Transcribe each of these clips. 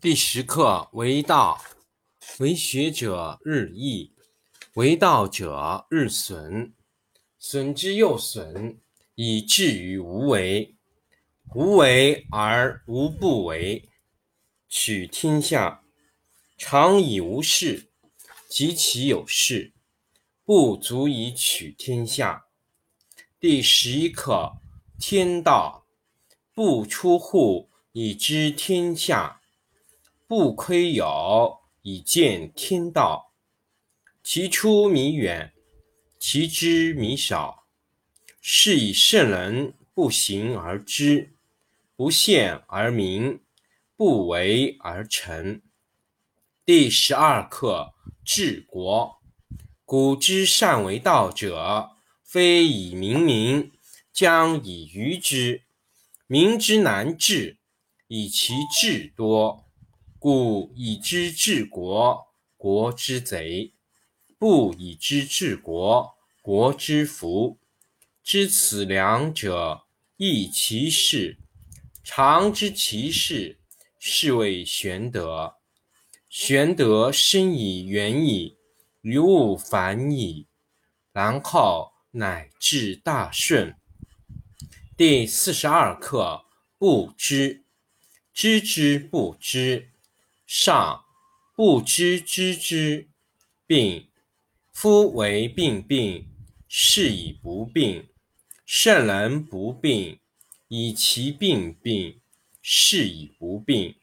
第10课为道，为学者日益，为道者日损，损之又损，以至于无为。无为而无不为，取天下常以无事，及其有事，不足以取天下。第11课天道，不出户以知天下，不窥牖以见天道。其出弥远，其知弥少。是以圣人不行而知，不见而明，不为而成。第12课治国。古之善为道者，非以明民，将以愚之。民之难治，以其智多。故以知治国，国之贼；不以知治国，国之福。知此两者，亦其事。常知其事，是谓玄德。玄德深以远矣，于物反矣，然后乃至大顺。第42课不知。知之不知，上不知知之，病。夫为病病，是以不病。圣人不病，以其病病，是以不病。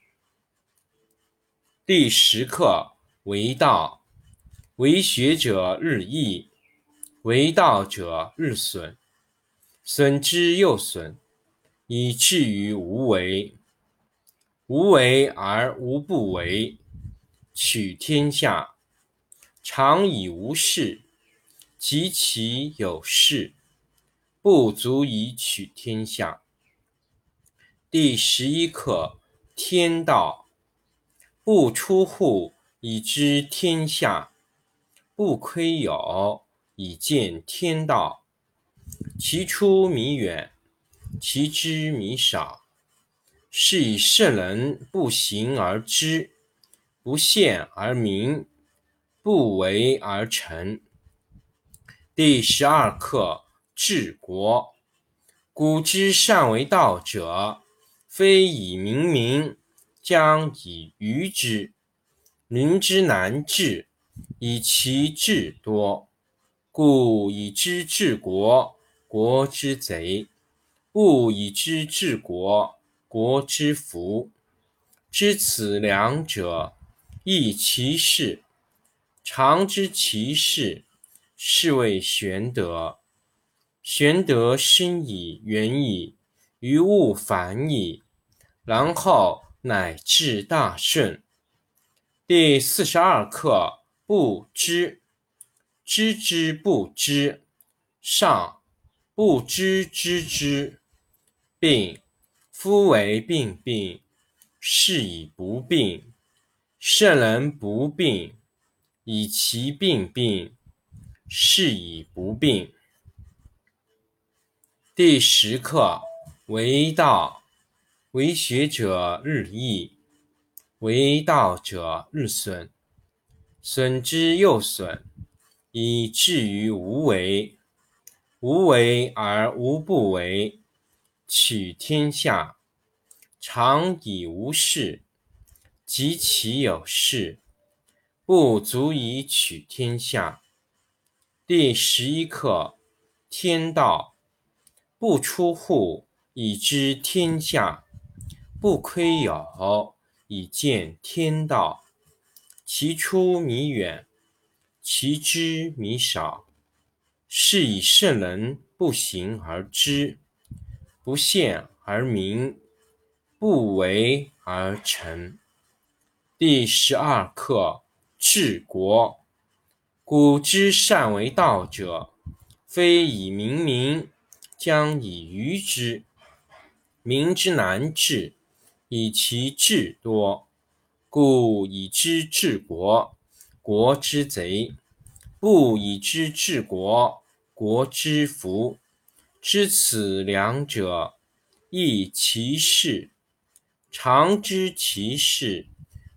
第10课为道，为学者日益，为道者日损，损之又损，以至于无为。无为而无不为，取天下常以无事，及其有事，不足以取天下。第11课天道，不出户以知天下，不窥牖以见天道。其出弥远，其知弥少。是以圣人不行而知，不见而明，不为而成。第12课治国。古之善为道者，非以明民，将以愚之。民之难治，以其智多。故以知治国，国之贼；不以知治国，国之福。知此两者，亦其事。常知其事，是谓玄德。玄德深以远矣，于物反矣，然后乃至大顺。第42课不知。知之不知，上不知知之，病。夫为病病，是以不病。圣人不病，以其病病，是以不病。第10课为道，为学者日益，为道者日损，损之又损，以至于无为。无为而无不为，取天下常以无事，及其有事，不足以取天下。第11课天道，不出户以知天下，不窥牖以见天道。其出弥远，其知弥少。是以圣人不行而知，不见而明，不为而成。第12课治国。古之善为道者，非以明民，将以愚之。民之难治，以其智多。故以知治国，国之贼；不以知治国，国之福。知此两者，亦其事。常知其事，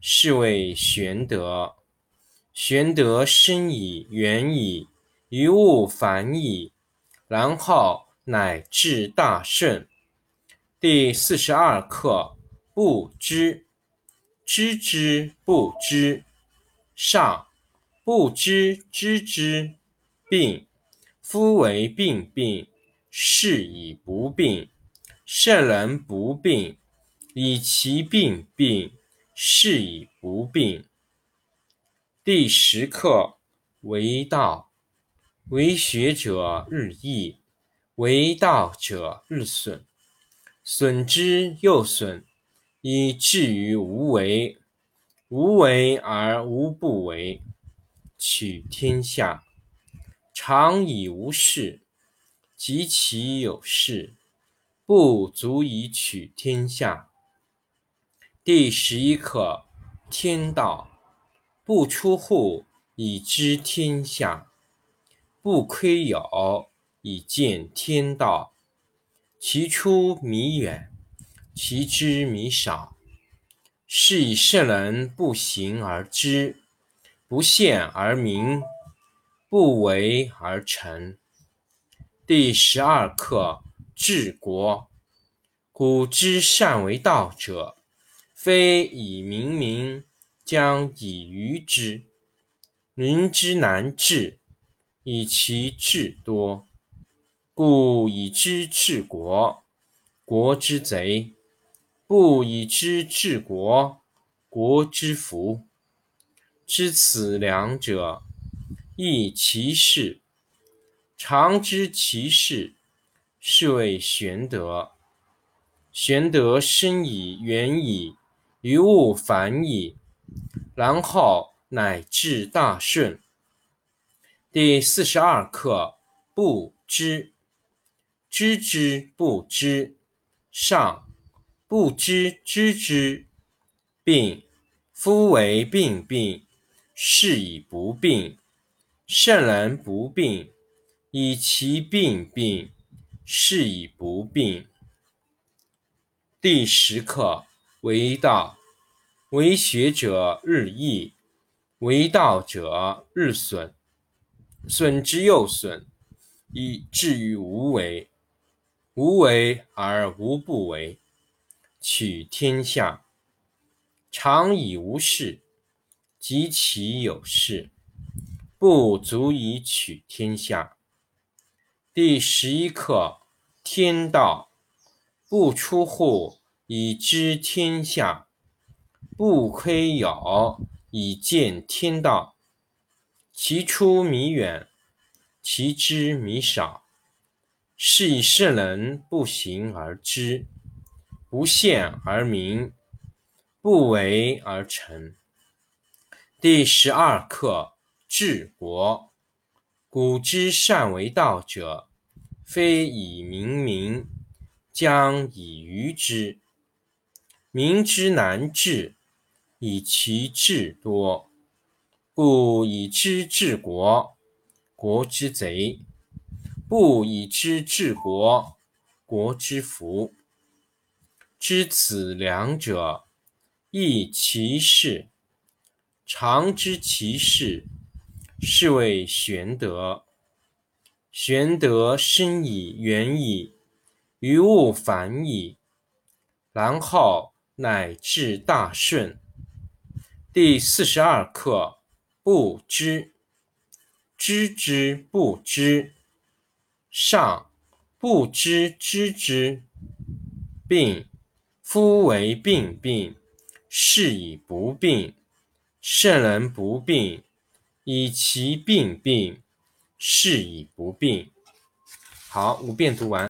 是谓玄德。玄德深矣，远矣，于物反矣，然后乃至大顺。第42课：不知。知之不知，上；不知知之，病。夫为病病，是以不病。圣人不病，以其病病，是以不病。第10课：为道。为学者日益，为道者日损。损之又损，以至于无为。无为而无不为。取天下常以无事，及其有事，不足以取天下。第11课：天道。不出户，以知天下；不窥牖，以见天道。其出弥远，其知弥少。是以圣人不行而知，不见而明，不为而成。第12课：治国。古之善为道者，非以明民，将以愚之。民之难治，以其智多。故以知治国，国之贼；不以知治国，国之福。知此两者，亦其事。常知其事，是谓玄德。玄德深矣，远矣，于物反矣，然后乃至大顺。第42课：不知。知之不知，上；不知知之，病。夫为病病，是以不病。圣人不病，以其病病，是以不病。第10课：为道。为学者日益，为道者日损。损之又损，以至于无为。无为而无不为。取天下常以无事，及其有事，不足以取天下。第11课：天道。不出户，以知天下；不窥牖，以见天道。其出弥远，其知弥少。是以圣人不行而知，不见而明，不为而成。第12课：治国。古之善为道者，非以明民，将以愚之。民之难治，以其智多。故以知治国，国之贼；不以知治国，国之福。知此两者，亦其事。常知其事，是谓玄德。玄德深矣，远矣，于物反矣，然后乃至大顺。第42课：不知。知之不知，上；不知知之，病。夫为病病，是以不病。圣人不病，以其病病，是以不病。好，5遍读完。